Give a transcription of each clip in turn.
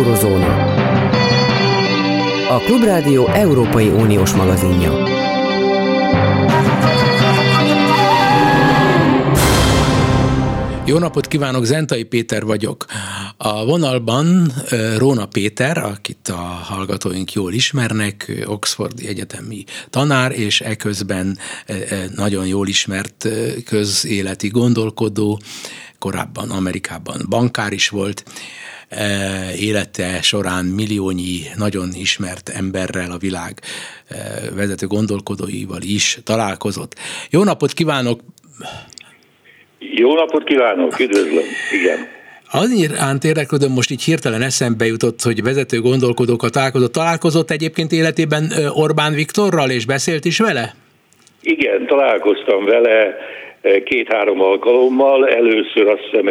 Eurozóna. A Klubrádió Európai Uniós magazinja. Jó napot kívánok, Zentai Péter vagyok. A vonalban Róna Péter, akit a hallgatóink jól ismernek, Oxfordi egyetemi tanár, és eközben nagyon jól ismert közéleti gondolkodó, korábban Amerikában bankár is volt, élete során milliónyi nagyon ismert emberrel, a világ vezető gondolkodóival is találkozott. Jó napot kívánok! Jó napot kívánok, üdvözlöm, igen. Azért érdeklődöm, most így hirtelen eszembe jutott, hogy vezető gondolkodókkal találkozott egyébként életében Orbán Viktorral, és beszélt is vele? Igen, találkoztam vele 2-3 alkalommal, először azt hiszem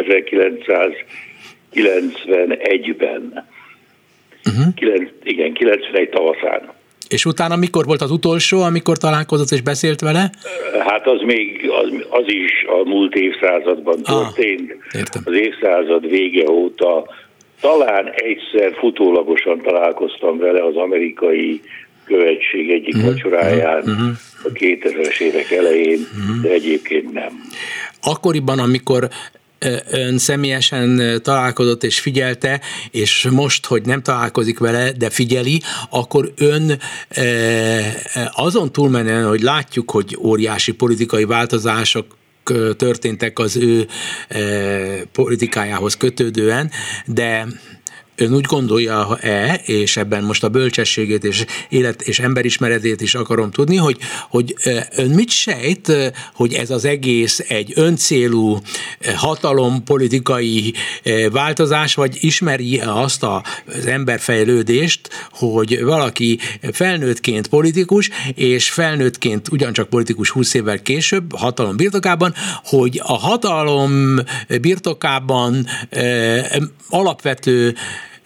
1991-ben. Igen, 91 tavaszán. És utána mikor volt az utolsó, amikor találkozott és beszélt vele? Hát az is a múlt évszázadban történt. Értem. Az évszázad vége óta talán egyszer futólagosan találkoztam vele az amerikai követség egyik vacsoráján a 2000-es évek elején, de egyébként nem. Akkoriban, amikor ön személyesen találkozott és figyelte, és most, hogy nem találkozik vele, de figyeli, akkor ön azon túlmenően, hogy látjuk, hogy óriási politikai változások történtek az ő politikájához kötődően, de ön úgy gondolja-e, és ebben most a bölcsességét és élet és emberismeretét is akarom tudni, hogy ön mit sejt, hogy ez az egész egy öncélú hatalompolitikai változás, vagy ismeri azt az emberfejlődést, hogy valaki felnőttként politikus, és felnőttként ugyancsak politikus 20 évvel később, hatalom birtokában, hogy a hatalom birtokában alapvető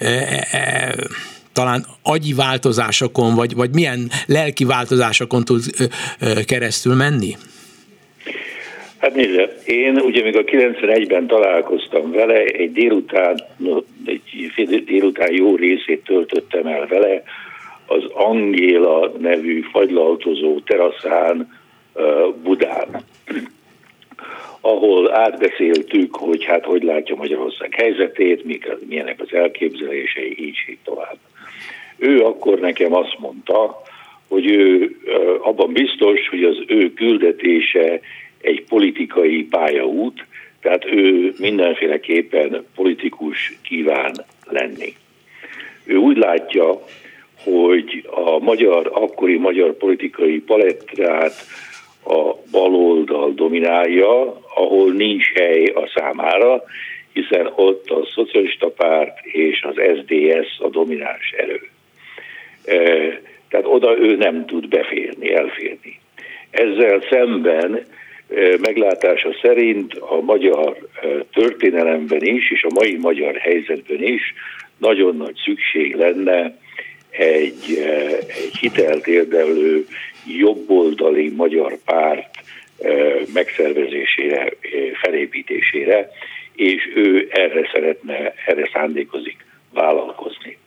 talán agyi változásokon, vagy milyen lelki változásokon tud keresztül menni? Hát nézze, én ugye még a 91-ben találkoztam vele, egy délután jó részét töltöttem el vele az Angéla nevű fagylaltozó teraszán Budán, ahol átbeszéltük, hogy hát hogy látja Magyarország helyzetét, milyenek az elképzelései, így tovább. Ő akkor nekem azt mondta, hogy ő abban biztos, hogy az ő küldetése egy politikai pályaút, tehát ő mindenféleképpen politikus kíván lenni. Ő úgy látja, hogy akkori magyar politikai palettát a baloldal dominálja, ahol nincs hely a számára, hiszen ott a szocialista párt és az SZDSZ a domináns erő. Tehát oda ő nem tud elférni. Ezzel szemben meglátása szerint a magyar történelemben is, és a mai magyar helyzetben is nagyon nagy szükség lenne egy hitelt érdeklő jobboldali magyar párt megszervezésére, felépítésére, és ő erre szándékozik vállalkozni.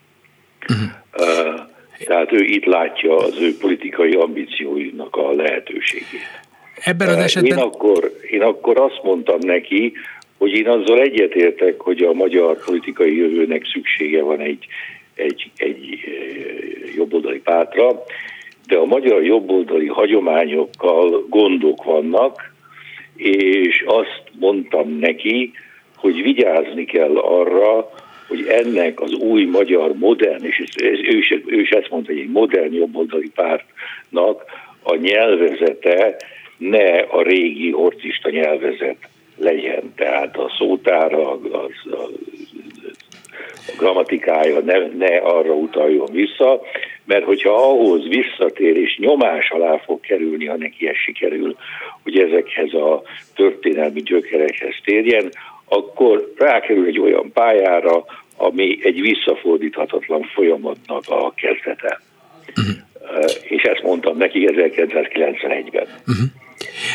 Tehát ő itt látja az ő politikai ambícióinak a lehetőségét. Ebben az esetben... Én akkor azt mondtam neki, hogy én azzal egyetértek, hogy a magyar politikai jövőnek szüksége van egy jobboldali pártra, de a magyar jobboldali hagyományokkal gondok vannak, és azt mondtam neki, hogy vigyázni kell arra, hogy ennek az új magyar modern, és ő is ezt mondta, hogy egy modern jobboldali pártnak a nyelvezete ne a régi orcista nyelvezet legyen. Tehát a szótára, a grammatikája ne arra utaljon vissza, mert hogyha ahhoz visszatér és nyomás alá fog kerülni, ha neki ez sikerül, hogy ezekhez a történelmi gyökerekhez térjen, akkor rákerül egy olyan pályára, ami egy visszafordíthatatlan folyamatnak a kezdete. És ezt mondtam neki 1991-ben.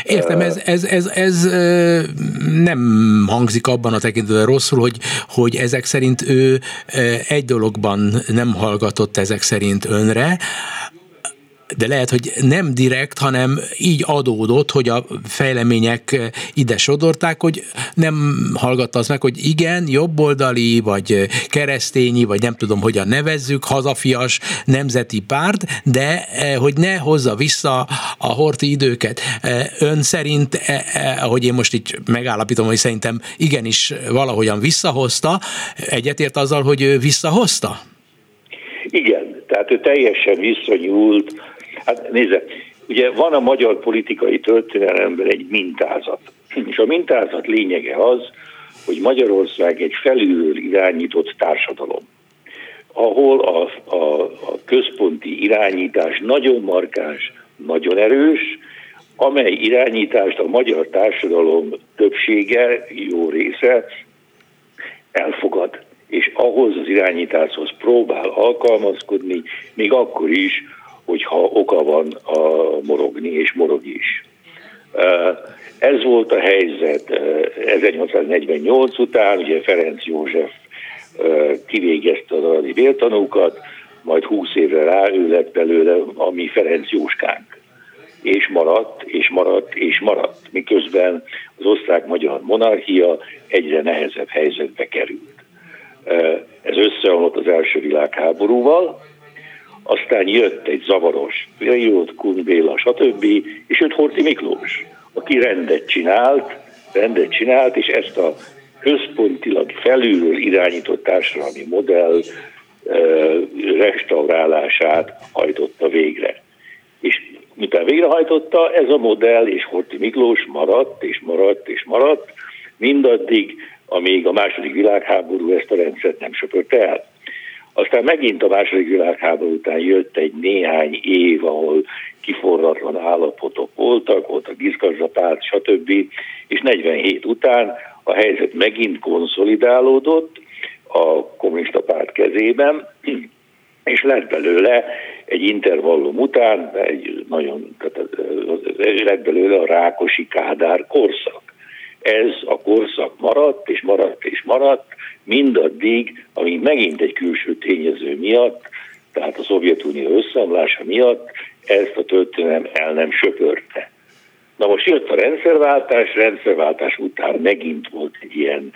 Értem, ez nem hangzik abban a tekintetben rosszul, hogy ezek szerint ő egy dologban nem hallgatott ezek szerint önre, de lehet, hogy nem direkt, hanem így adódott, hogy a fejlemények ide sodorták, hogy nem hallgatta azt meg, hogy igen, jobboldali, vagy keresztényi, vagy nem tudom, hogyan nevezzük, hazafias nemzeti párt, de hogy ne hozza vissza a horthy időket. Ön szerint, ahogy én most így megállapítom, hogy szerintem igenis valahogyan visszahozta, egyetért azzal, hogy ő visszahozta? Igen, tehát ő teljesen visszanyúlt. Hát nézze, ugye van a magyar politikai történelemben egy mintázat, és a mintázat lényege az, hogy Magyarország egy felülről irányított társadalom, ahol a központi irányítás nagyon markáns, nagyon erős, amely irányítást a magyar társadalom többsége, jó része elfogad, és ahhoz az irányításhoz próbál alkalmazkodni, még akkor is, hogyha oka van morogni, és morog is. Ez volt a helyzet 1848 után, ugye Ferenc József kivégezte az aradi vértanúkat, majd 20 évre rá ő lett belőle a mi Ferenc Jóskánk. És maradt, és maradt, és maradt, miközben az osztrák-magyar monarchia egyre nehezebb helyzetbe került. Ez összeomlott az első világháborúval, aztán jött egy zavaros periód, Kun Béla, stb., és jött Horthy Miklós, aki rendet csinált, és ezt a központilag felülről irányított társadalmi modell restaurálását hajtotta végre. És miután végrehajtotta, ez a modell és Horthy Miklós maradt, és maradt, és maradt, mindaddig, amíg a második világháború ezt a rendszert nem söpörte el. Aztán megint a második világháború után jött egy néhány év, ahol kiforratlan állapotok voltak Giszkazsapárt, stb. És 47 után a helyzet megint konszolidálódott a kommunista párt kezében, és lett belőle egy intervallum után, lett belőle a Rákosi Kádár korszak. Ez a korszak maradt, és maradt, és maradt, mindaddig, amíg megint egy külső tényező miatt, tehát a Szovjetunió összeomlása miatt ezt a történelem el nem söpörte. Na most jött a rendszerváltás után megint volt egy ilyen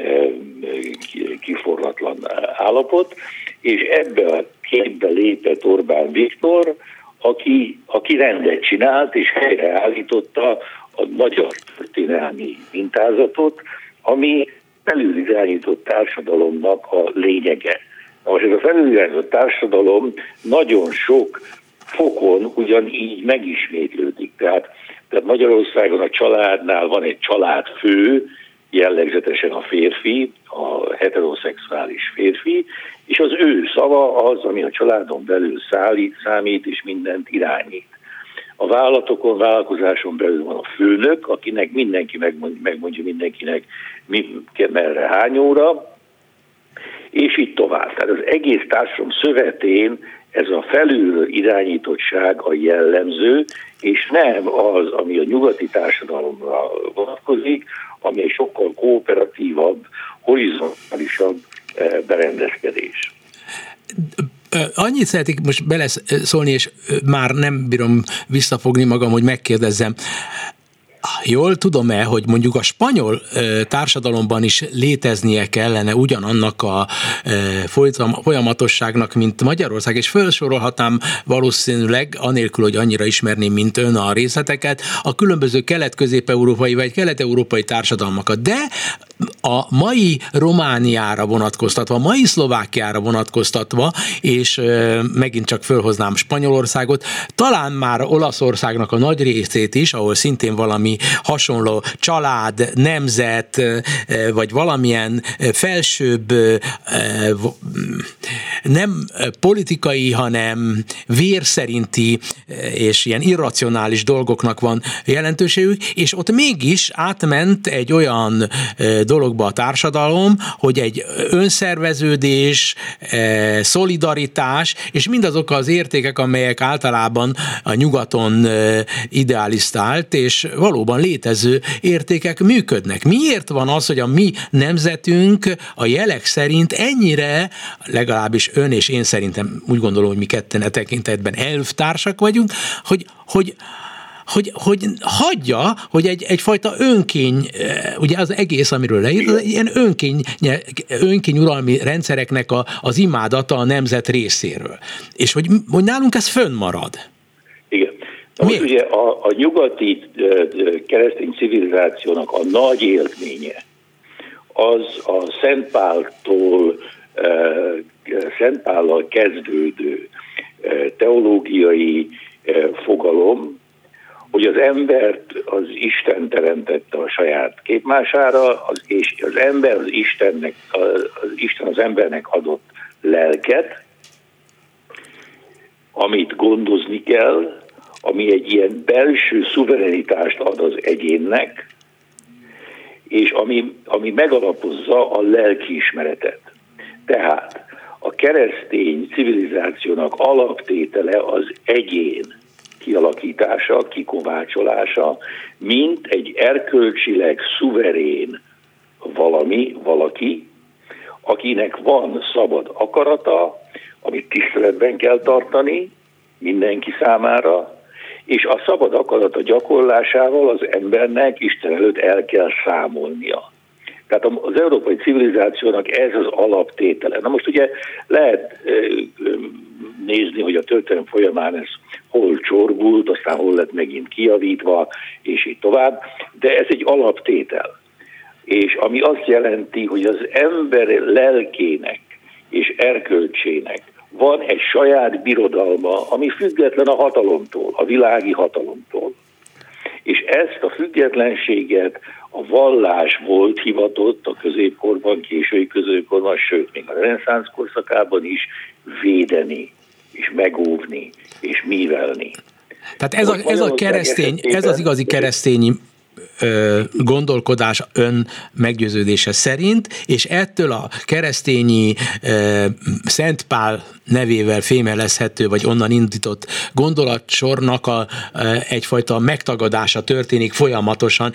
kiforratlan állapot, és ebbe a képbe lépett Orbán Viktor, aki rendet csinált, és helyreállította a magyar történelmi mintázatot, ami felülirányított társadalomnak a lényege. Most ez a felülirányított társadalom nagyon sok fokon ugyanígy megismétlődik. Tehát Magyarországon a családnál van egy családfő, jellegzetesen a férfi, a heteroszexuális férfi, és az ő szava az, ami a családon belül számít és mindent irányít. A vállalkozáson belül van a főnök, akinek mindenki megmondja mindenkinek, merre, hány óra, és így tovább. Tehát az egész társadalom szövetén ez a felülről irányítottság a jellemző, és nem az, ami a nyugati társadalomra vonatkozik, ami egy sokkal kooperatívabb, horizontálisabb berendezkedés. Annyit szeretnék most beleszólni, és már nem bírom visszafogni magam, hogy megkérdezzem. Jól tudom-e, hogy mondjuk a spanyol társadalomban is léteznie kellene ugyanannak a folyamatosságnak, mint Magyarország, és felsorolhatnám valószínűleg, anélkül, hogy annyira ismerném, mint ön a részleteket, a különböző kelet-közép-európai vagy kelet-európai társadalmakat. De a mai Romániára vonatkoztatva, a mai Szlovákiára vonatkoztatva, és megint csak fölhoznám Spanyolországot, talán már Olaszországnak a nagy részét is, ahol szintén valami hasonló család, nemzet, vagy valamilyen felsőbb nem politikai, hanem vér szerinti és ilyen irracionális dolgoknak van jelentőségük, és ott mégis átment egy olyan dologba a társadalom, hogy egy önszerveződés, szolidaritás, és mindazok az értékek, amelyek általában a nyugaton idealisztált, és valóban létező értékek működnek. Miért van az, hogy a mi nemzetünk a jelek szerint ennyire, legalábbis ön és én szerintem úgy gondolom, hogy mi ketten e tekintetben elvtársak vagyunk, hogy hagyja, hogy egyfajta önkény, ugye az egész, amiről leírt, az ilyen önkényuralmi rendszereknek az imádata a nemzet részéről. És hogy nálunk ez fönnmarad. Igen. Most ugye a nyugati keresztény civilizációnak a nagy élménye az a Szentpállal kezdődő teológiai fogalom, hogy az embert az Isten teremtette a saját képmására, és az ember Isten az embernek adott lelket, amit gondozni kell, ami egy ilyen belső szuverenitást ad az egyénnek, és ami megalapozza a lelkiismeretet. Tehát a keresztény civilizációnak alaptétele az egyén kialakítása, kikovácsolása, mint egy erkölcsileg szuverén valaki, akinek van szabad akarata, amit tiszteletben kell tartani mindenki számára, és a szabad akarata gyakorlásával az embernek Isten előtt el kell számolnia. Tehát az európai civilizációnak ez az alaptétele. Na most ugye lehet nézni, hogy a történelem folyamán ez hol csorbult, aztán hol lett megint kijavítva, és így tovább, de ez egy alaptétel. És ami azt jelenti, hogy az ember lelkének és erkölcsének van egy saját birodalma, ami független a hatalomtól, a világi hatalomtól. És ezt a függetlenséget a vallás volt hivatott a középkorban, késői középkorban, sőt, még a reneszánsz korszakában is védeni, és megóvni, és művelni. Tehát ez az igazi keresztény gondolkodás ön meggyőződése szerint, és ettől a keresztényi Szent Pál nevével fémelezhető, vagy onnan indított gondolatsornak egyfajta megtagadása történik folyamatosan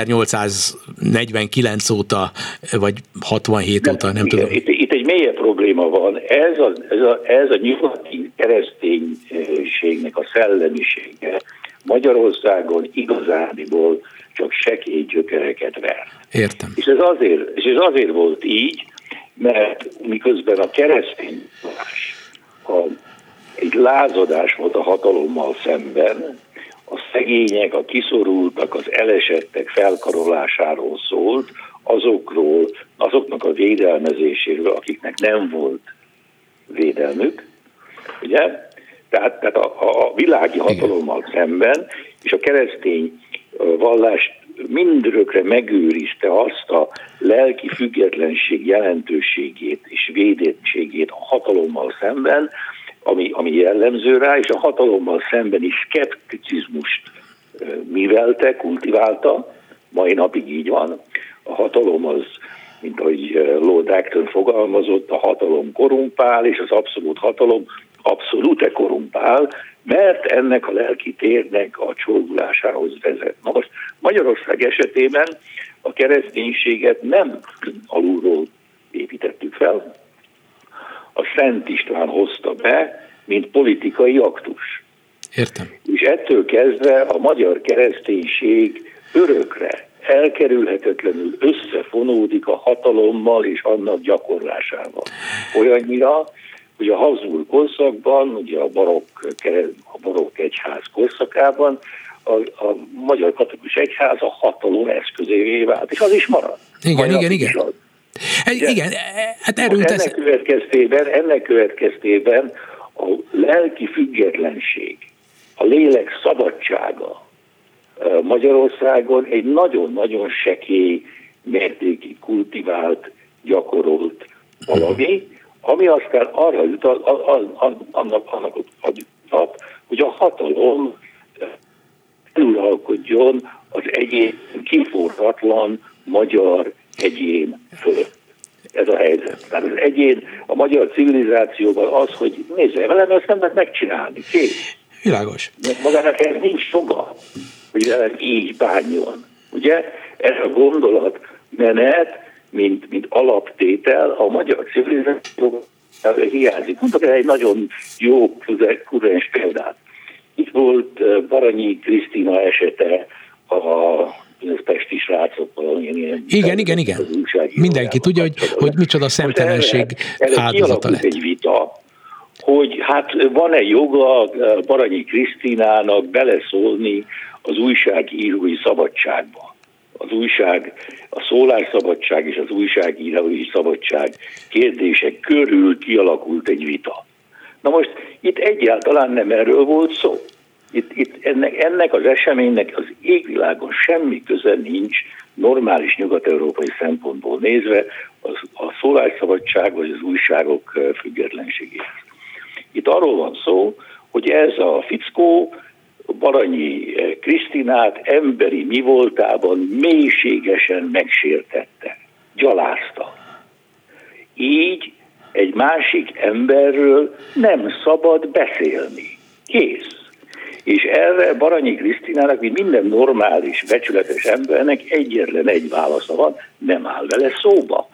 1849 óta, vagy 67 óta, nem tudom. Itt egy mélyebb probléma van. Ez a nyugati kereszténységnek a szellemisége Magyarországon igazániból csak sekély gyökereket vert. Értem. És ez azért volt így, mert miközben a keresztény egy lázadás volt a hatalommal szemben, a szegények, a kiszorultak, az elesettek felkarolásáról szólt, azoknak a védelmezéséről, akiknek nem volt védelmük, ugye? Tehát a világi hatalommal szemben, és a keresztény vallás mindörökre megőrizte azt a lelki függetlenség jelentőségét és védettségét a hatalommal szemben, ami jellemző rá, és a hatalommal szembeni szkepticizmust művelte, kultiválta, mai napig így van. A hatalom az, mint ahogy Lord Acton fogalmazott, a hatalom korrumpál, és az abszolút hatalom abszolút korrumpál, mert ennek a lelki térnek a csorgulásához vezet. Na most Magyarország esetében a kereszténységet nem alulról építettük fel. A Szent István hozta be, mint politikai aktus. Értem. És ettől kezdve a magyar kereszténység örökre, elkerülhetetlenül összefonódik a hatalommal és annak gyakorlásával. Olyannyira, hogy a Habsburg korszakban, ugye a barokk egyház korszakában a magyar katolikus egyház a hatalom eszközévé vált, és az is marad. Igen. Hát ennek következtében a lelki függetlenség, a lélek szabadsága Magyarországon egy nagyon-nagyon sekély mértékig kultivált, gyakorolt valami, ami aztán arra jutott, annak hogy a hatalom uralkodjon az egyén kiforratlan magyar egyén fölött. Ez a helyzet. Tehát az egyén a magyar civilizációban az, hogy nézze, velem ezt nem lehet megcsinálni. Kész. Világos. Mert magának ez nincs joga, hogy velem így bánjon. Ugye? Ez a gondolat menet, mint alaptétel a magyar civilizációban hiányzik. Mondok egy nagyon jó kurens példát. Itt volt Baranyi Krisztina esete, a pesti srácok valamilyen ilyen... Igen. Mindenki tudja, hogy micsoda szemtelenség áldozata lett. Egy vita, hogy hát van-e joga Baranyi Krisztinának beleszólni az újságírói szabadságba. A szólásszabadság és az újságírói szabadság kérdések körül kialakult egy vita. Na most itt egyáltalán nem erről volt szó. Itt ennek az eseménynek az égvilágon semmi köze nincs normális nyugat-európai szempontból nézve a szólásszabadság vagy az újságok függetlenségéhez. Itt arról van szó, hogy ez a fickó Baranyi Krisztinát emberi mi voltában mélységesen megsértette, gyalázta. Így egy másik emberről nem szabad beszélni. Kész. És erre Baranyi Krisztinának, mint minden normális, becsületes embernek egyetlen egy válasza van, nem áll vele szóba.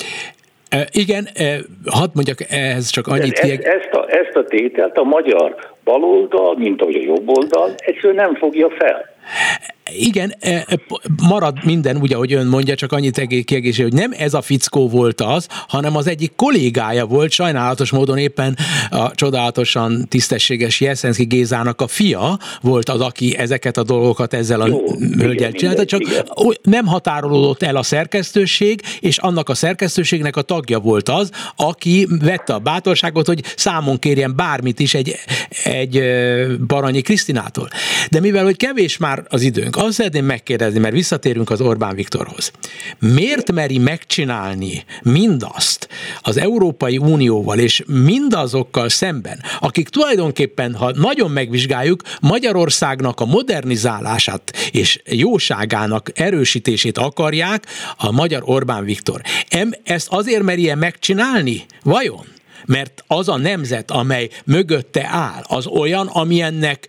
Igen, hadd mondjak ehhez csak annyit. Ezt a tételt a magyar baloldal, mint ahogy a jobboldal, egyszerűen nem fogja fel. Igen, marad minden, ugye, ahogy ön mondja, csak annyit kiegészíteni, hogy nem ez a fickó volt az, hanem az egyik kollégája volt, sajnálatos módon éppen a csodálatosan tisztességes Jeszenszky Gézának a fia volt az, aki ezeket a dolgokat ezzel a hölgyel csinálta, csak nem határolódott el a szerkesztőség, és annak a szerkesztőségnek a tagja volt az, aki vette a bátorságot, hogy számon kérjen bármit is egy Baranyi Krisztinától. De mivel, hogy kevés már az időnk, azt szeretném megkérdezni, mert visszatérünk az Orbán Viktorhoz. Miért meri megcsinálni mindazt az Európai Unióval és mindazokkal szemben, akik tulajdonképpen, ha nagyon megvizsgáljuk, Magyarországnak a modernizálását és jóságának erősítését akarják a magyar Orbán Viktor. Ezt azért merje megcsinálni? Vajon? Mert az a nemzet, amely mögötte áll, az olyan, amilyennek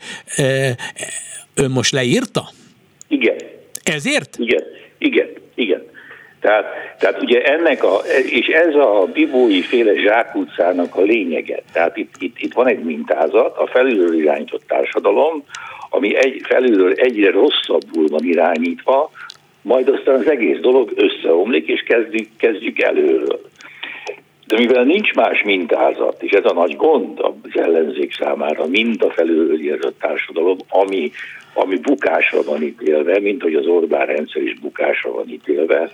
ön most leírta? Igen. Ezért? Igen. Tehát ugye és ez a bibói féle zsákutcának a lényege. Tehát itt van egy mintázat, a felülről irányított társadalom, ami felülről egyre rosszabbul van irányítva, majd aztán az egész dolog összeomlik, és kezdjük előről. De mivel nincs más mintázat, és ez a nagy gond az ellenzék számára, mint a felülről irányított társadalom, ami bukásra van ítélve, mint hogy az Orbán rendszer is bukásra van ítélve,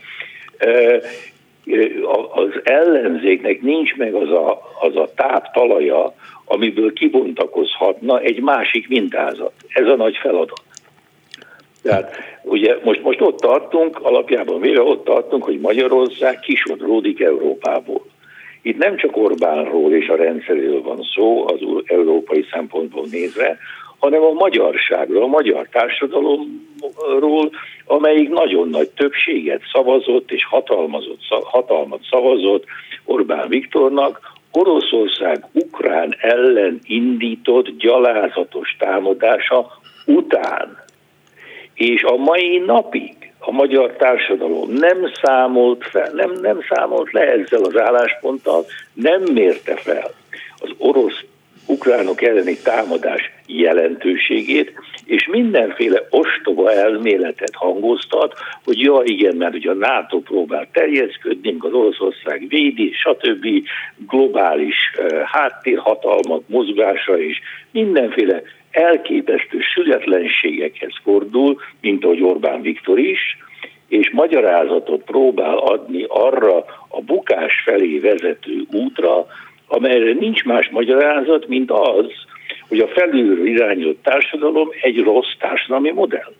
az ellenzéknek nincs meg az a táptalaja, amiből kibontakozhatna egy másik mintázat. Ez a nagy feladat. Tehát ugye most ott tartunk, alapjában véve ott tartunk, hogy Magyarország kisodródik Európából. Itt nem csak Orbánról és a rendszeréről van szó az európai szempontból nézve, hanem a magyarságról, a magyar társadalomról, amelyik nagyon nagy többséget szavazott és hatalmat szavazott Orbán Viktornak Oroszország Ukrán ellen indított gyalázatos támadása után. És a mai napig a magyar társadalom nem számolt le ezzel az állásponttal, nem mérte fel az orosz-ukránok elleni támadás jelentőségét, és mindenféle ostoba elméletet hangoztat, hogy igen, mert ugye a NATO próbál terjeszkedni, az Oroszország védi, stb. Globális háttérhatalmak mozgása és mindenféle elképesztő sületlenségekhez fordul, mint ahogy Orbán Viktor is, és magyarázatot próbál adni arra a bukás felé vezető útra, amelyre nincs más magyarázat, mint az, hogy a felülről irányított társadalom egy rossz társadalmi modell.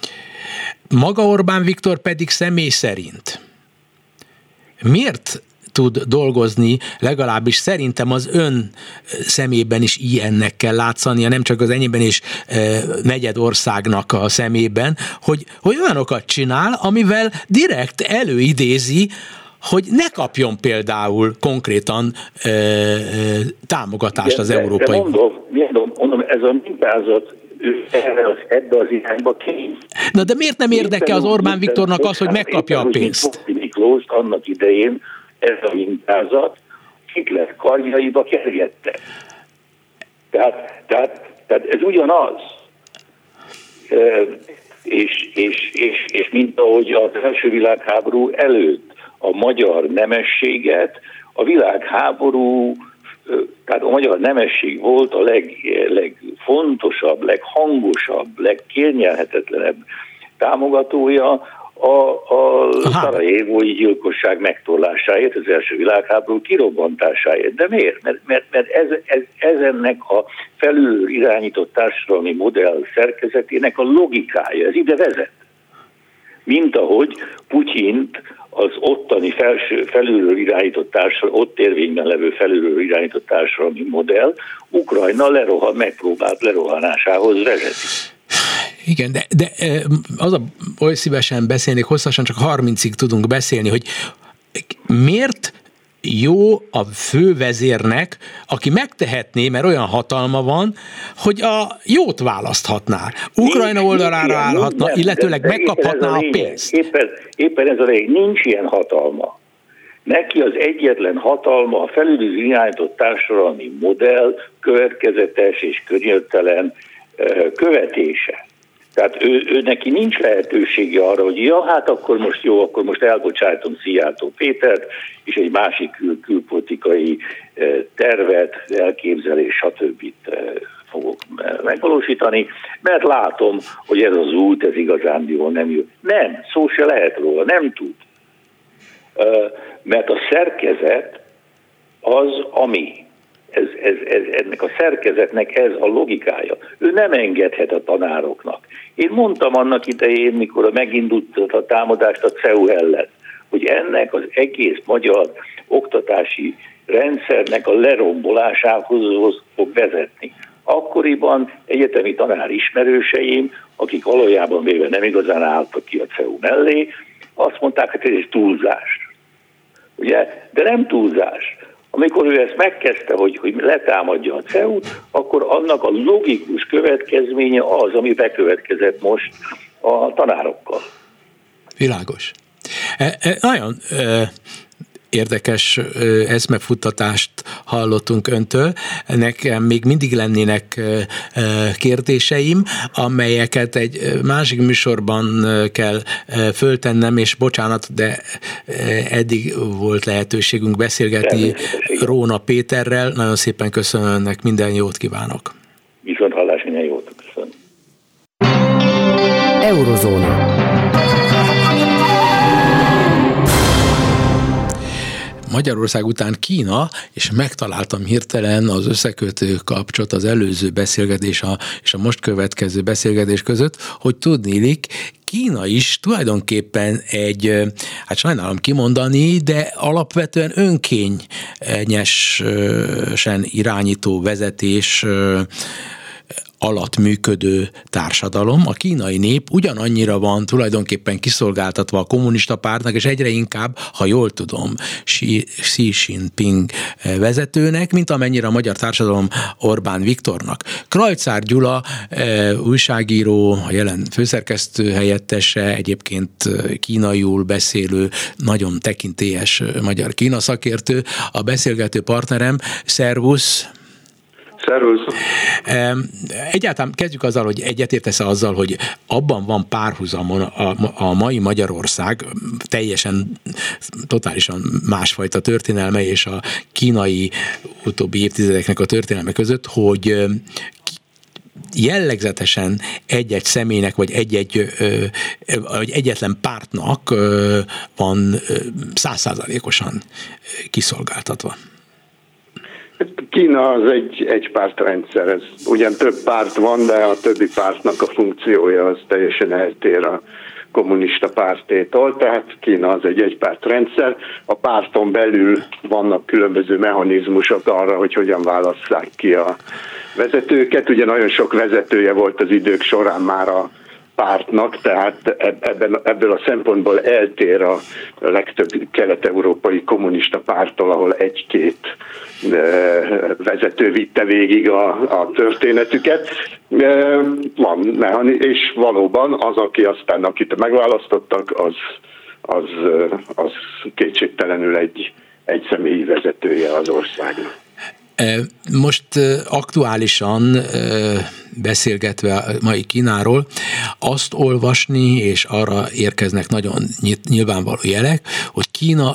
Maga Orbán Viktor pedig személy szerint miért tud dolgozni, legalábbis szerintem az ön szemében is ilyennek kell látszania, nem csak az enyében és negyedországnak a szemében, hogy olyanokat csinál, amivel direkt előidézi, hogy ne kapjon például konkrétan támogatást az Európai Unió. Mondom, ez a mintázat ebbe az irányba kény. Na de miért nem érdeke az Orbán Viktornak az, hogy megkapja a pénzt? Miklós annak idején ez a mintázat Hitler karjaiba kergette. Tehát ez ugyanaz. És mint ahogy az első világháború előtt a magyar nemességet, a világháború, tehát a magyar nemesség volt a legfontosabb, leghangosabb, legkérnyelhetetlenebb támogatója a szarajevói gyilkosság megtorlásáért, az első világháború kirobbantásáért. De miért? Mert ez ennek a felülről irányított társadalmi modell szerkezetének a logikája, ez ide vezet. Mint ahogy Putyint az ottani felülről irányított ott érvényben levő felülről irányított társadalmi modell Ukrajna megpróbált lerohanásához vezeti. Igen, de oly szívesen beszélnék, hosszasan csak 30-ig tudunk beszélni, hogy miért jó a fővezérnek, aki megtehetné, mert olyan hatalma van, hogy a jót választhatná. Ukrajna oldalára állhatna, illetőleg megkaphatná a pénzt. Éppen ez a lényeg, nincs ilyen hatalma. Neki az egyetlen hatalma a felülről irányított társadalmi modell következetes és könnyedtelen követése. Tehát ő neki nincs lehetősége arra, hogy akkor most elbocsájtom Szijjártó Pétert, és egy másik külpolitikai tervet, elképzelés, stb. Fogok megvalósítani, mert látom, hogy ez az út, ez igazándiból nem jó. Nem, szó se lehet róla, nem tud. Mert a szerkezet az, ami. Ennek a szerkezetnek ez a logikája. Ő nem engedhet a tanároknak. Én mondtam annak idején, mikor megindult a támadást a CEU ellen, hogy ennek az egész magyar oktatási rendszernek a lerombolásához fog vezetni. Akkoriban egyetemi tanár ismerőseim, akik valójában véve nem igazán álltak ki a CEU mellé, azt mondták, hogy ez egy túlzás. Ugye? De nem túlzás. Amikor ő ezt megkezdte, hogy letámadja a CEU-t, akkor annak a logikus következménye az, ami bekövetkezett most a tanárokkal. Világos. Nagyon érdekes eszmefuttatást hallottunk öntől. Nekem még mindig lennének kérdéseim, amelyeket egy másik műsorban kell föltennem, és bocsánat, de eddig volt lehetőségünk beszélgetni Róna Péterrel. Nagyon szépen köszönöm önnek, minden jót kívánok. Viszont hallás, minden jót köszönöm. Eurozóna. Magyarország után Kína, és megtaláltam hirtelen az összekötő kapcsot az előző beszélgetés és a most következő beszélgetés között, hogy tudniillik, Kína is tulajdonképpen egy, hát sajnálom kimondani, de alapvetően önkényesen irányító vezetés alatt működő társadalom. A kínai nép ugyanannyira van tulajdonképpen kiszolgáltatva a kommunista pártnak, és egyre inkább, ha jól tudom, Xi Jinping vezetőnek, mint amennyire a magyar társadalom Orbán Viktornak. Krajcár Gyula, újságíró, a jelen főszerkesztő helyettese, egyébként kínaiul beszélő, nagyon tekintélyes magyar Kína szakértő, a beszélgető partnerem. Szervusz! Szervusz! Egyáltalán kezdjük azzal, hogy egyetértesz azzal, hogy abban van párhuzamon a mai Magyarország teljesen, totálisan másfajta történelme és a kínai utóbbi évtizedeknek a történelme között, hogy jellegzetesen egy-egy személynek, vagy egyetlen pártnak van 100%-osan kiszolgáltatva. Kína az egy pártrendszer, ez ugyan több párt van, de a többi pártnak a funkciója az teljesen eltér kommunista pártétól, tehát Kína az egy egypártrendszer, a párton belül vannak különböző mechanizmusok arra, hogy hogyan válasszák ki a vezetőket. Ugye nagyon sok vezetője volt az idők során már a pártnak, tehát ebből a szempontból eltér a legtöbb kelet-európai kommunista párttól, ahol egy-két vezető vitte végig a történetüket. Van, és valóban az, akit megválasztottak, az kétségtelenül egy személyi vezetője az országnak. Most aktuálisan beszélgetve a mai Kínáról, azt olvasni, és arra érkeznek nagyon nyilvánvaló jelek, hogy Kína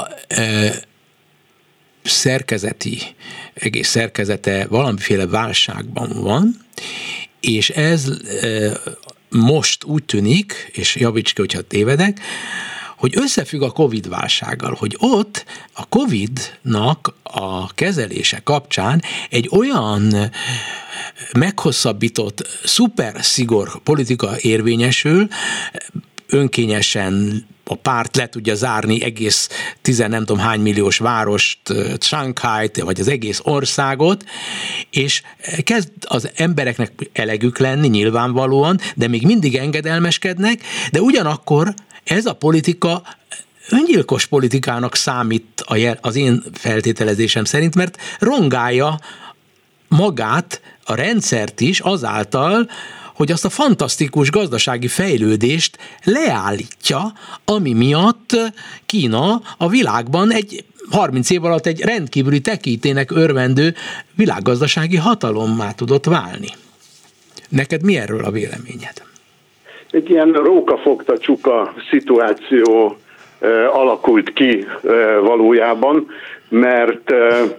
egész szerkezete valamiféle válságban van, és ez most úgy tűnik, és javíts ki, hogyha tévedek, hogy összefügg a Covid-válsággal, hogy ott a Covid-nak a kezelése kapcsán egy olyan meghosszabbított, szuper szigor politika érvényesül, önkényesen a párt le tudja zárni egész 10 nem tudom hány milliós várost, Shanghai-t, vagy az egész országot, és kezd az embereknek elegük lenni nyilvánvalóan, de még mindig engedelmeskednek, de ugyanakkor ez a politika öngyilkos politikának számít az én feltételezésem szerint, mert rongálja magát, a rendszert is azáltal, hogy azt a fantasztikus gazdasági fejlődést leállítja, ami miatt Kína a világban 30 év alatt egy rendkívüli tekintélynek örvendő világgazdasági hatalommá tudott válni. Neked mi erről a véleményed? Egy ilyen rókafogta csuka szituáció alakult ki valójában, mert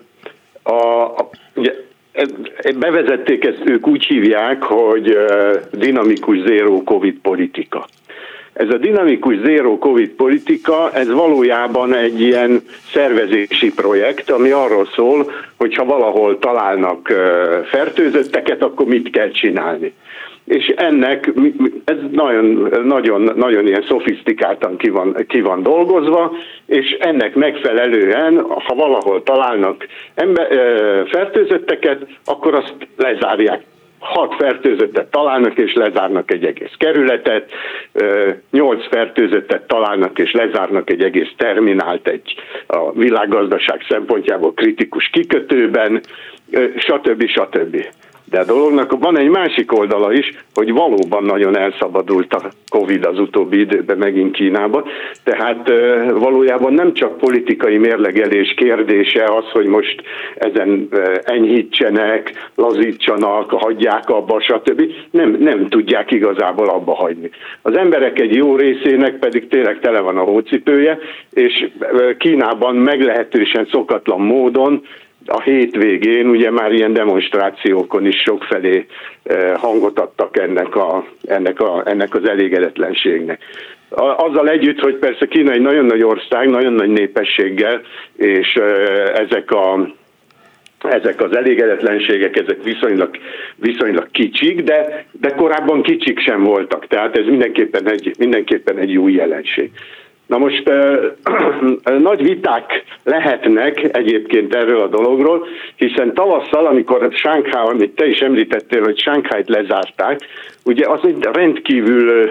ugye, bevezették ezt, ők úgy hívják, hogy dinamikus zero Covid politika. Ez a dinamikus zero Covid politika, ez valójában egy ilyen szervezési projekt, ami arról szól, hogy ha valahol találnak fertőzötteket, akkor mit kell csinálni. És ennek ez nagyon ilyen szofisztikáltan ki van dolgozva, és ennek megfelelően, ha valahol találnak fertőzötteket, akkor azt lezárják. 6 fertőzöttet találnak, és lezárnak egy egész kerületet, 8 fertőzöttet találnak, és lezárnak egy egész terminált a világgazdaság szempontjából kritikus kikötőben, stb. De a dolognak van egy másik oldala is, hogy valóban nagyon elszabadult a Covid az utóbbi időben megint Kínában, tehát valójában nem csak politikai mérlegelés kérdése az, hogy most ezen enyhítsenek, lazítsanak, hagyják abba, stb. Nem tudják igazából abba hagyni. Az emberek egy jó részének pedig tényleg tele van a hócipője, és Kínában meglehetősen szokatlan módon a hétvégén ugye már ilyen demonstrációkon is sokfelé hangot adtak ennek az elégedetlenségnek. Azzal együtt, hogy persze Kína egy nagyon nagy ország, nagyon nagy népességgel, és ezek az elégedetlenségek, ezek viszonylag kicsik, de korábban kicsik sem voltak, tehát ez mindenképpen egy új jelenség. Na most nagy viták lehetnek egyébként erről a dologról, hiszen tavasszal, amikor Shanghai, amit te is említettél, hogy Shanghait lezárták, ugye az egy rendkívül,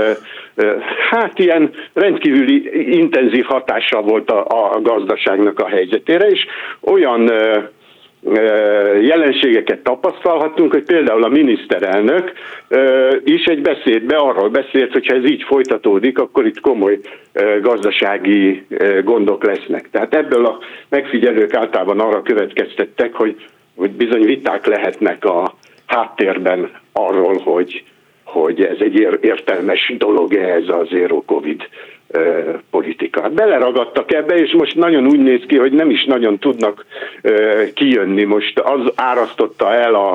ilyen rendkívüli intenzív hatással volt a gazdaságnak a helyzetére, és olyan jelenségeket tapasztalhatunk, hogy például a miniszterelnök is egy beszédben arról beszélt, hogy ha ez így folytatódik, akkor itt komoly gazdasági gondok lesznek. Tehát ebből a megfigyelők általában arra következtettek, hogy bizony viták lehetnek a háttérben arról, hogy ez egy értelmes dolog ez a zero Covid politika. Beleragadtak ebbe, és most nagyon úgy néz ki, hogy nem is nagyon tudnak kijönni. Most az árasztotta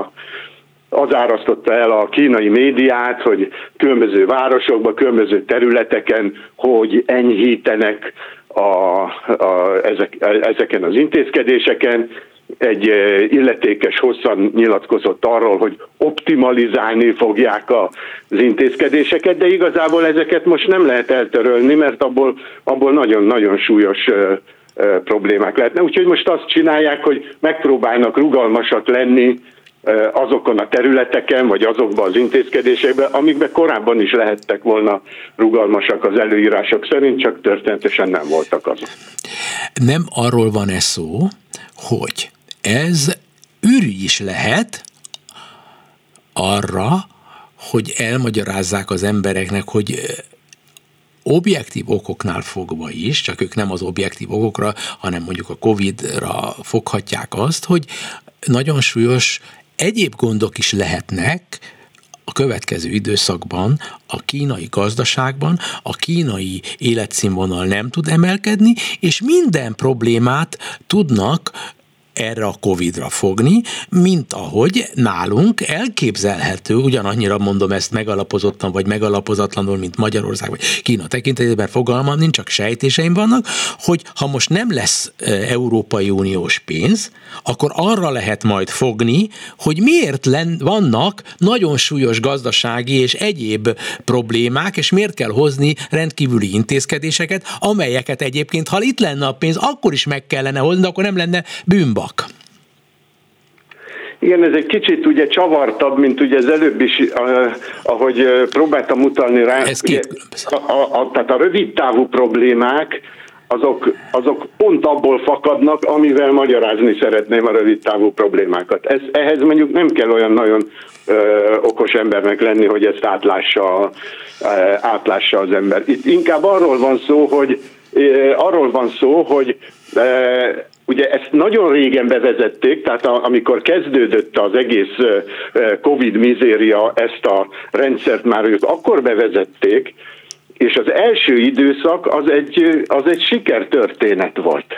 el a kínai médiát, hogy különböző városokban, különböző területeken, hogy enyhítenek ezeken az intézkedéseken, egy illetékes hosszan nyilatkozott arról, hogy optimalizálni fogják az intézkedéseket, de igazából ezeket most nem lehet eltörölni, mert abból nagyon-nagyon súlyos problémák lehetne. Úgyhogy most azt csinálják, hogy megpróbálnak rugalmasak lenni azokon a területeken, vagy azokban az intézkedésekben, amikben korábban is lehettek volna rugalmasak az előírások szerint, csak történetesen nem voltak azok. Nem arról van szó, hogy ez ürügy is lehet arra, hogy elmagyarázzák az embereknek, hogy objektív okoknál fogva is, csak ők nem az objektív okokra, hanem mondjuk a Covid-ra foghatják azt, hogy nagyon súlyos egyéb gondok is lehetnek a következő időszakban a kínai gazdaságban, a kínai életszínvonal nem tud emelkedni, és minden problémát tudnak erre a Covid-ra fogni, mint ahogy nálunk elképzelhető, ugyanannyira mondom ezt megalapozottan vagy megalapozatlanul, mint Magyarország vagy Kína tekintetében, fogalmam nincs, csak sejtéseim vannak, hogy ha most nem lesz Európai Uniós pénz, akkor arra lehet majd fogni, hogy miért vannak nagyon súlyos gazdasági és egyéb problémák, és miért kell hozni rendkívüli intézkedéseket, amelyeket egyébként, ha itt lenne a pénz, akkor is meg kellene hozni, de akkor nem lenne bűnbak. Igen, ez egy kicsit ugye csavartabb, mint ugye az előbb is, ahogy próbáltam utalni rá. Ez két különböző. Tehát a rövid távú problémák, azok pont abból fakadnak, amivel magyarázni szeretném a rövid távú problémákat. Ehhez mondjuk nem kell olyan nagyon okos embernek lenni, hogy ezt átlássa az ember. Itt inkább arról van szó, hogy ugye ezt nagyon régen bevezették, tehát amikor kezdődött az egész Covid mizéria, ezt a rendszert már ők akkor bevezették, és az első időszak az egy sikertörténet volt.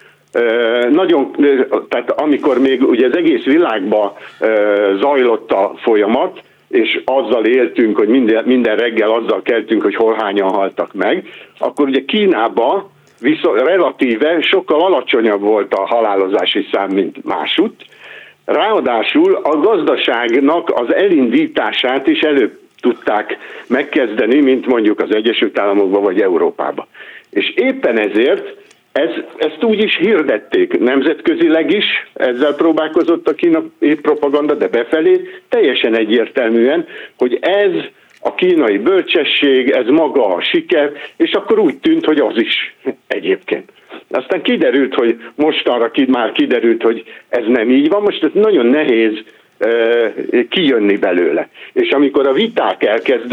Tehát amikor még ugye az egész világban zajlott a folyamat, és azzal éltünk, hogy minden reggel azzal keltünk, hogy hol hányan haltak meg, akkor ugye Kínában relatíve sokkal alacsonyabb volt a halálozási szám, mint másutt. Ráadásul a gazdaságnak az elindítását is előbb tudták megkezdeni, mint mondjuk az Egyesült Államokban vagy Európában. És éppen ezért ezt úgy is hirdették nemzetközileg is, ezzel próbálkozott a kínai propaganda, de befelé teljesen egyértelműen, hogy ez a kínai bölcsesség, ez maga a siker, és akkor úgy tűnt, hogy az is egyébként. Aztán kiderült, hogy mostanra már kiderült, hogy ez nem így van, most ez nagyon nehéz kijönni belőle. És amikor a viták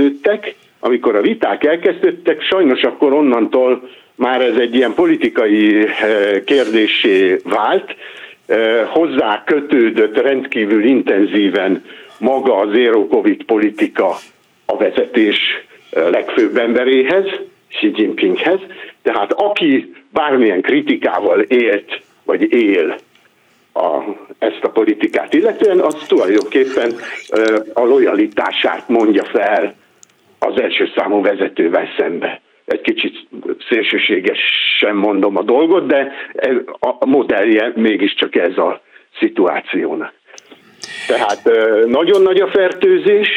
elkezdődtek, sajnos akkor onnantól már ez egy ilyen politikai kérdéssé vált, hozzá kötődött rendkívül intenzíven maga a Zero Covid politika a vezetés legfőbb emberéhez, Xi Jinpinghez, tehát aki bármilyen kritikával élt, vagy él ezt a politikát illetően, az tulajdonképpen a lojalitását mondja fel az első számú vezetővel szembe. Egy kicsit szélsőségesen mondom a dolgot, de a modellje mégiscsak ez a szituációnak. Tehát nagyon nagy a fertőzés,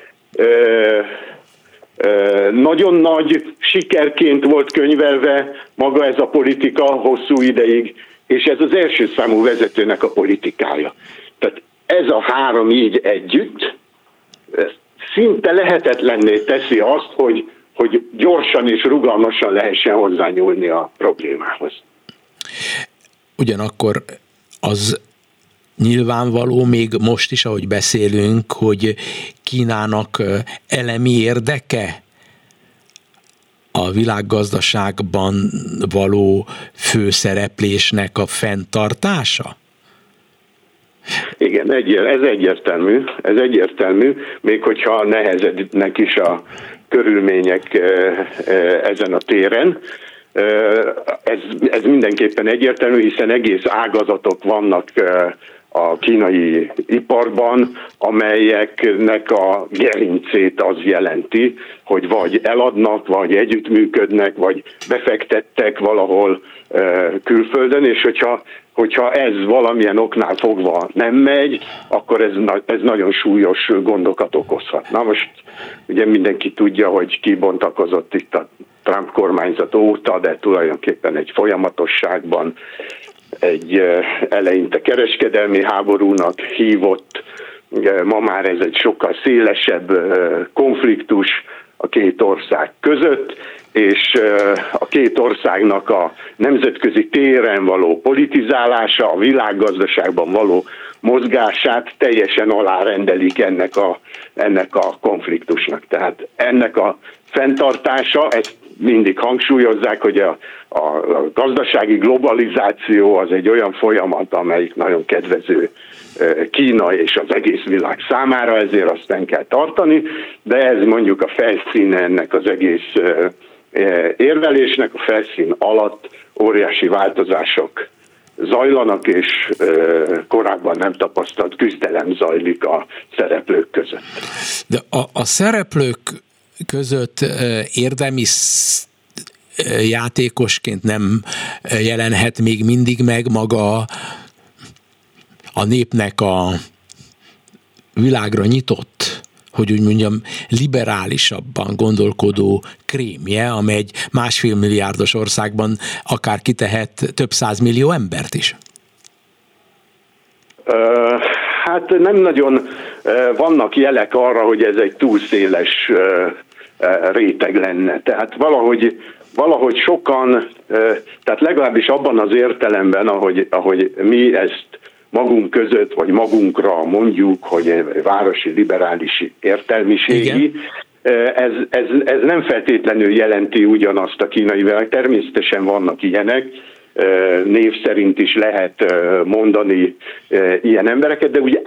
nagyon nagy sikerként volt könyvelve maga ez a politika hosszú ideig, és ez az első számú vezetőnek a politikája. Tehát ez a három így együtt szinte lehetetlenné teszi azt, hogy gyorsan és rugalmasan lehessen hozzányúlni a problémához. Ugyanakkor az nyilvánvaló még most is, ahogy beszélünk, hogy Kínának elemi érdeke a világgazdaságban való főszereplésnek a fenntartása? Igen, ez egyértelmű, még hogyha nehezednek is a körülmények ezen a téren. Ez mindenképpen egyértelmű, hiszen egész ágazatok vannak a kínai iparban, amelyeknek a gerincét az jelenti, hogy vagy eladnak, vagy együttműködnek, vagy befektettek valahol külföldön, és hogyha ez valamilyen oknál fogva nem megy, akkor ez nagyon súlyos gondokat okozhat. Na most ugye mindenki tudja, hogy kibontakozott itt a Trump kormányzat óta, de tulajdonképpen egy folyamatosságban, egy eleinte kereskedelmi háborúnak hívott, ma már ez egy sokkal szélesebb konfliktus a két ország között, és a két országnak a nemzetközi téren való politizálása, a világgazdaságban való mozgását teljesen alárendelik ennek a konfliktusnak. Tehát ennek a fenntartása, ezt mindig hangsúlyozzák, hogy a gazdasági globalizáció az egy olyan folyamat, amelyik nagyon kedvező Kína és az egész világ számára, ezért azt nem kell tartani, de ez mondjuk a felszíne ennek az egész érvelésnek, a felszín alatt óriási változások zajlanak, és korábban nem tapasztalt küzdelem zajlik a szereplők között. De a szereplők között érdemi játékosként nem jelenhet még mindig meg maga a népnek a világra nyitott, hogy úgy mondjam, liberálisabban gondolkodó krémje, amely egy 1,5 milliárdos országban akár kitehet több 100 millió embert is? Hát nem nagyon vannak jelek arra, hogy ez egy túl széles réteg lenne. Tehát valahogy sokan, tehát legalábbis abban az értelemben, ahogy mi ezt magunk között, vagy magunkra mondjuk, hogy városi liberális értelmiségi, ez nem feltétlenül jelenti ugyanazt a kínai világ. Természetesen vannak ilyenek, név szerint is lehet mondani ilyen embereket, de úgy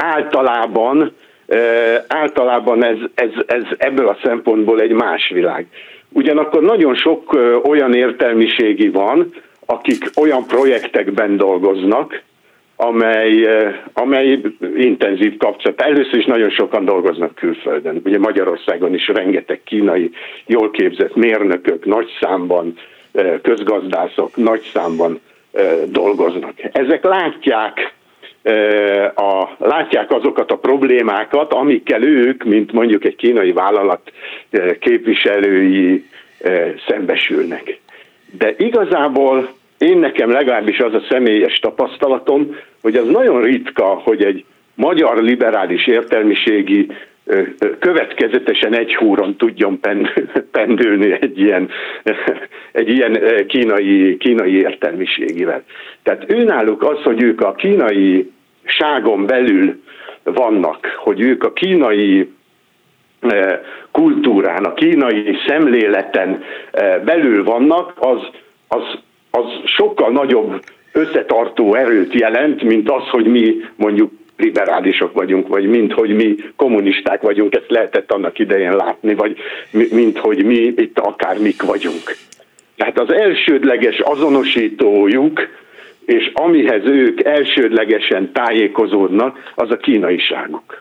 általában ez ebből a szempontból egy más világ. Ugyanakkor nagyon sok olyan értelmiségi van, akik olyan projektekben dolgoznak, amely intenzív kapcsolat. Először is nagyon sokan dolgoznak külföldön. Ugye Magyarországon is rengeteg kínai, jól képzett mérnökök nagy számban, közgazdászok nagy számban dolgoznak. Ezek látják azokat a problémákat, amikkel ők, mint mondjuk egy kínai vállalat képviselői szembesülnek. De igazából nekem legalábbis az a személyes tapasztalatom, hogy az nagyon ritka, hogy egy magyar liberális értelmiségi következetesen egy húron tudjon pendülni egy ilyen kínai értelmiségivel. Tehát őnáluk az, hogy ők a kínai ságon belül vannak, hogy ők a kínai kultúrán, a kínai szemléleten belül vannak, az sokkal nagyobb összetartó erőt jelent, mint az, hogy mi mondjuk liberálisok vagyunk, vagy mint hogy mi kommunisták vagyunk, ezt lehetett annak idején látni, vagy mint hogy mi itt akármik vagyunk. Tehát az elsődleges azonosítójuk, és amihez ők elsődlegesen tájékozódnak, az a kínaiságuk.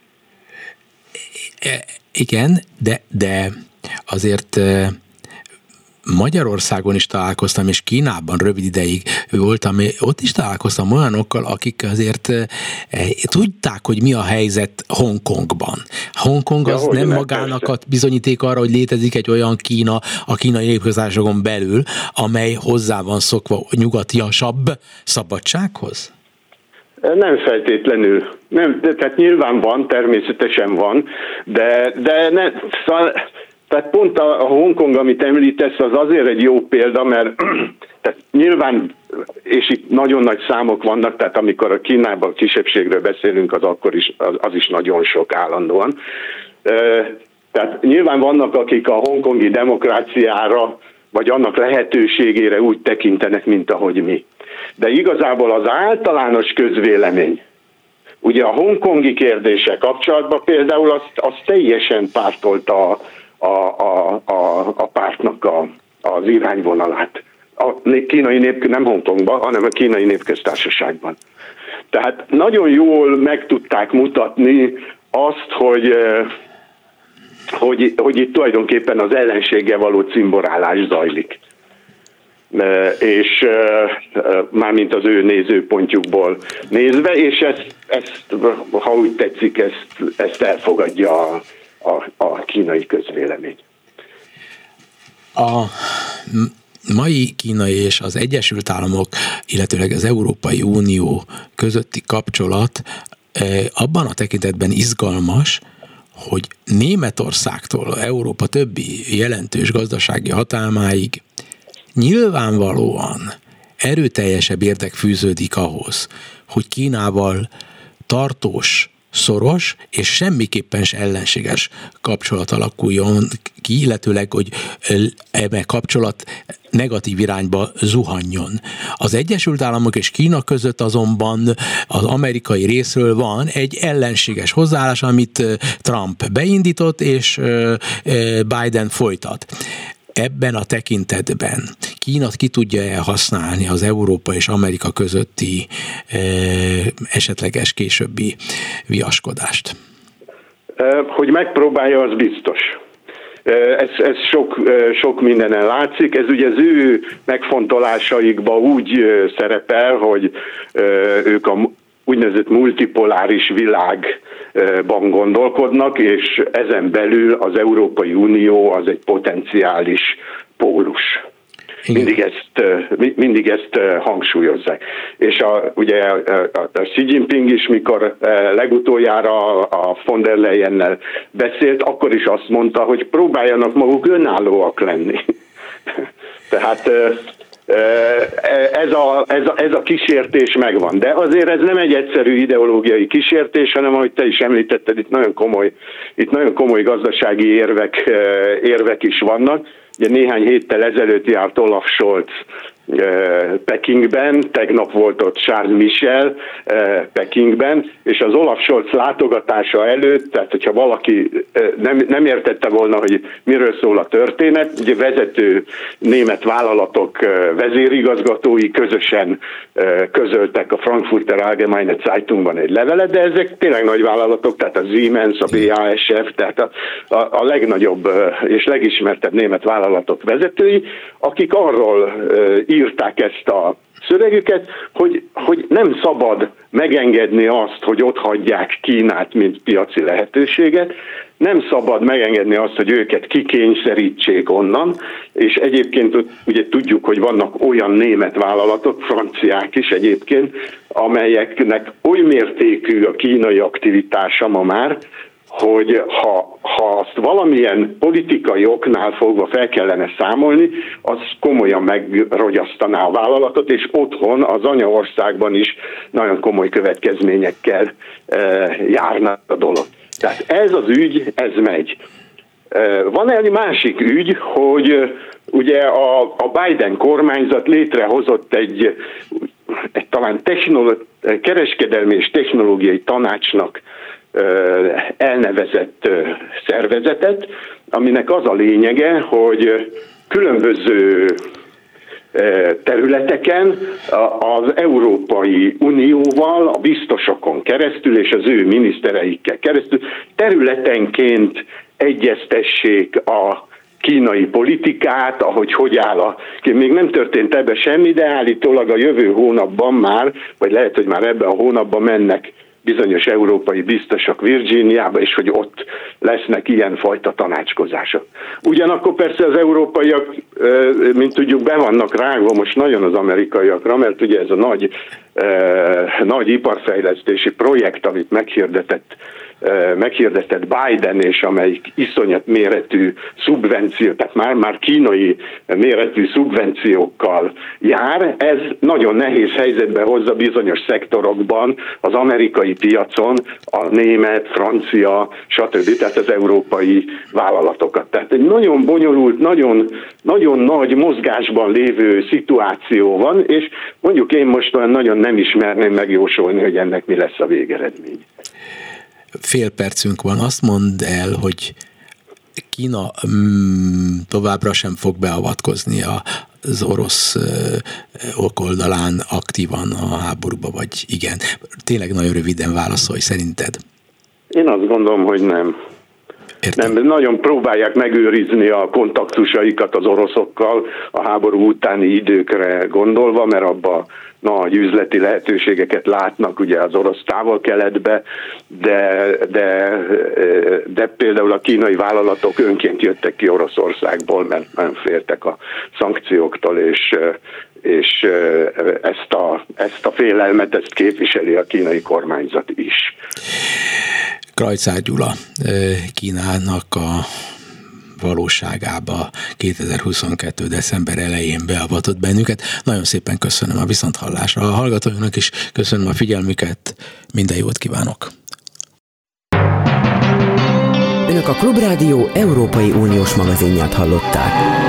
Igen, de azért Magyarországon is találkoztam, és Kínában rövid ideig voltam, ott is találkoztam olyanokkal, akik azért tudták, hogy mi a helyzet Hongkongban. Hongkong az nem magának a bizonyíték arra, hogy létezik egy olyan Kína a kínai népköztársaságon belül, amely hozzá van szokva nyugatiasabb szabadsághoz? Nem feltétlenül. Nem, tehát nyilván van, természetesen van, de nem, tehát pont a Hongkong, amit említesz, az azért egy jó példa, mert tehát nyilván, és itt nagyon nagy számok vannak, tehát amikor a Kínában a kisebbségről beszélünk, az is nagyon sok állandóan. Tehát nyilván vannak, akik a hongkongi demokráciára, vagy annak lehetőségére úgy tekintenek, mint ahogy mi. De igazából az általános közvélemény, ugye a hongkongi kérdése kapcsolatban például az teljesen pártolta a pártnak az irányvonalát. A kínai nem Hongkongban, hanem a kínai népköztársaságban. Tehát nagyon jól meg tudták mutatni azt, hogy itt tulajdonképpen az ellenséggel való cimborálás zajlik. És mármint az ő nézőpontjukból nézve, és ezt ha úgy tetszik, ezt elfogadja a kínai közvélemény. A mai kínai és az Egyesült Államok, illetőleg az Európai Unió közötti kapcsolat abban a tekintetben izgalmas, hogy Németországtól Európa többi jelentős gazdasági hatalmáig nyilvánvalóan erőteljesebb érdek fűződik ahhoz, hogy Kínával tartós, szoros és semmiképpen se ellenséges kapcsolat alakuljon ki, illetőleg, hogy ebben kapcsolat negatív irányba zuhanjon. Az Egyesült Államok és Kína között azonban az amerikai részről van egy ellenséges hozzáállás, amit Trump beindított, és Biden folytat. Ebben a tekintetben Kína ki tudja használni az Európa és Amerika közötti esetleges későbbi viaskodást? Hogy megpróbálja, az biztos. Ez sok mindenen látszik. Ez ugye az ő megfontolásaikban úgy szerepel, hogy ők a úgynevezett multipoláris világban gondolkodnak, és ezen belül az Európai Unió az egy potenciális pólus. Mindig ezt hangsúlyozzák. És ugye a Xi Jinping is, mikor legutoljára a von der Leyennel beszélt, akkor is azt mondta, hogy próbáljanak maguk önállóak lenni. Tehát ez a kísértés megvan. De azért ez nem egy egyszerű ideológiai kísértés, hanem ahogy te is említetted, itt nagyon komoly gazdasági érvek is vannak. Ugye néhány héttel ezelőtt járt Olaf Scholz Pekingben, tegnap volt ott Charles Michel Pekingben, és az Olaf Scholz látogatása előtt, tehát hogyha valaki nem értette volna, hogy miről szól a történet, ugye vezető német vállalatok vezérigazgatói közösen közöltek a Frankfurter Allgemeine Zeitungban egy levelet, de ezek tényleg nagy vállalatok, tehát a Siemens, a BASF, tehát a legnagyobb és legismertebb német vállalatok vezetői, akik arról írták ezt a szövegüket, hogy nem szabad megengedni azt, hogy ott hagyják Kínát, mint piaci lehetőséget, nem szabad megengedni azt, hogy őket kikényszerítsék onnan, és egyébként ugye tudjuk, hogy vannak olyan német vállalatok, franciák is egyébként, amelyeknek oly mértékű a kínai aktivitása ma már, hogy ha azt valamilyen politikai oknál fogva fel kellene számolni, az komolyan megrogyasztaná a vállalatot, és otthon, az anyaországban is nagyon komoly következményekkel járna a dolog. Tehát ez az ügy, ez megy. Van egy másik ügy, hogy ugye a Biden kormányzat létrehozott egy talán kereskedelmi és technológiai tanácsnak elnevezett szervezetet, aminek az a lényege, hogy különböző területeken az Európai Unióval, a biztosokon keresztül és az ő minisztereikkel keresztül területenként egyeztessék a kínai politikát, hogy áll még nem történt ebben semmi, de állítólag a jövő hónapban már, vagy lehet, hogy már ebben a hónapban mennek bizonyos európai biztosok Virginiába, és hogy ott lesznek ilyenfajta tanácskozások. Ugyanakkor persze az európaiak, mint tudjuk, be vannak rágva most nagyon az amerikaiakra, mert ugye ez a nagy iparfejlesztési projekt, amit meghirdetett Biden, és amelyik iszonyat méretű szubvenció, tehát már kínai méretű szubvenciókkal jár, ez nagyon nehéz helyzetbe hozza bizonyos szektorokban az amerikai piacon a német, francia, stb., tehát az európai vállalatokat. Tehát egy nagyon bonyolult, nagyon nagy mozgásban lévő szituáció van, és mondjuk én most olyan nagyon nem ismerném megjósolni, hogy ennek mi lesz a végeredmény. Fél percünk van. Azt mondd el, hogy Kína továbbra sem fog beavatkozni a az orosz okoldalán aktívan a háborúba, vagy igen? Tényleg nagyon röviden válaszolj, szerinted? Én azt gondolom, hogy nem. Nem, nagyon próbálják megőrizni a kontaktusaikat az oroszokkal a háború utáni időkre gondolva, mert abban nagy üzleti lehetőségeket látnak ugye az orosz távol-keletbe, de például a kínai vállalatok önként jöttek ki Oroszországból, mert nem féltek a szankcióktól, és ezt a félelmet, ezt képviseli a kínai kormányzat is. Krajcár Gyula, Kínának a valóságába 2022. december elején beavatott bennünket. Nagyon szépen köszönöm a viszonthallásra. A hallgatóinknak is köszönöm a figyelmüket, minden jót kívánok! Önök a Klubrádió Európai Uniós magazinját hallották.